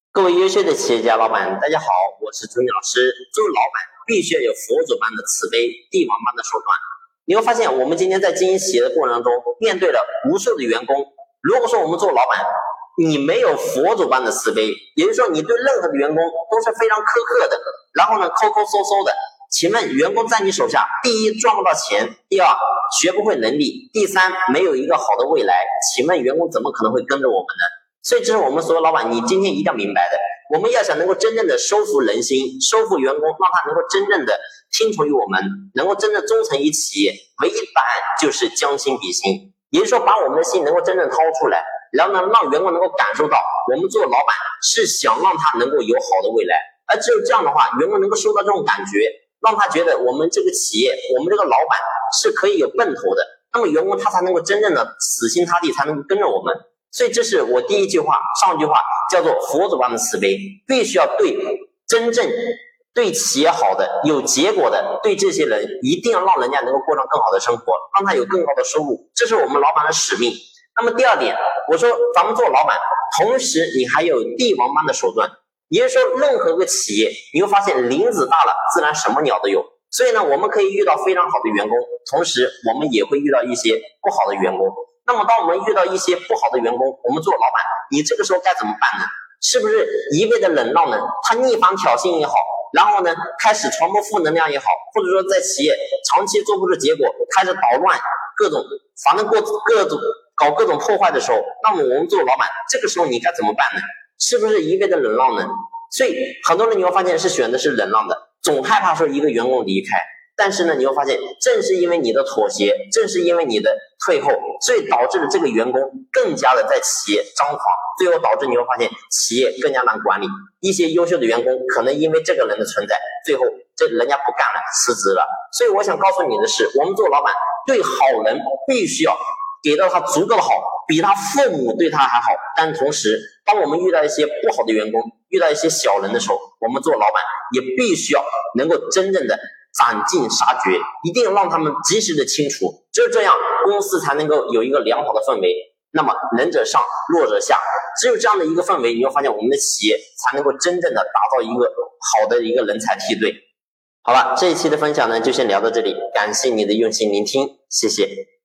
各位优秀的企业家老板，大家好，我是朱妮老师。做老板必须要有佛祖般的慈悲，帝王般的手段。你会发现，我们今天在经营企业的过程中，面对了无数的员工。如果说我们做老板，你没有佛祖般的慈悲，也就是说你对任何的员工都是非常苛刻的，然后呢抠抠搜搜的。请问员工在你手下，第一赚不到钱，第二学不会能力，第三没有一个好的未来，请问员工怎么可能会跟着我们呢？所以这是我们所有老板你今天一定要明白的，我们要想能够真正的收服人心，收服员工，让他能够真正的听从于我们，能够真正忠诚于企业，唯一答案就是将心比心，也就是说把我们的心能够真正掏出来，然后呢让员工能够感受到我们做老板是想让他能够有好的未来，而只有这样的话，员工能够收到这种感觉，让他觉得我们这个企业，我们这个老板是可以有奔头的，那么员工他才能够真正的死心塌地，才能够跟着我们。所以这是我第一句话，上一句话叫做佛祖般的慈悲，必须要对真正对企业好的有结果的，对这些人一定要让人家能够过上更好的生活，让他有更高的收入，这是我们老板的使命。那么第二点，我说咱们做老板，同时你还有帝王般的手段，也就是说任何个企业你会发现林子大了自然什么鸟都有，所以呢我们可以遇到非常好的员工，同时我们也会遇到一些不好的员工。那么当我们遇到一些不好的员工，我们做老板，你这个时候该怎么办呢？是不是一味的忍让呢？他逆反挑衅也好，然后呢开始传播负能量也好，或者说在企业长期做不出结果，开始捣乱各种，反正搞各种破坏的时候，那么我们做老板这个时候你该怎么办呢？是不是一味的忍让呢？所以很多人你会发现是选的是忍让的，总害怕说一个员工离开，但是呢你会发现正是因为你的妥协，正是因为你的退后，所以导致了这个员工更加的在企业张狂，最后导致你会发现企业更加难管理，一些优秀的员工可能因为这个人的存在，最后这人家不干了，辞职了。所以我想告诉你的是，我们做老板对好人必须要给到他足够的好，比他父母对他还好，但同时当我们遇到一些不好的员工，遇到一些小人的时候，我们做老板也必须要能够真正的斩尽杀绝，一定让他们及时的清除，只有这样公司才能够有一个良好的氛围，那么能者上弱者下，只有这样的一个氛围，你会发现我们的企业才能够真正的打造一个好的一个人才梯队。好了，这一期的分享呢就先聊到这里，感谢你的用心聆听，谢谢。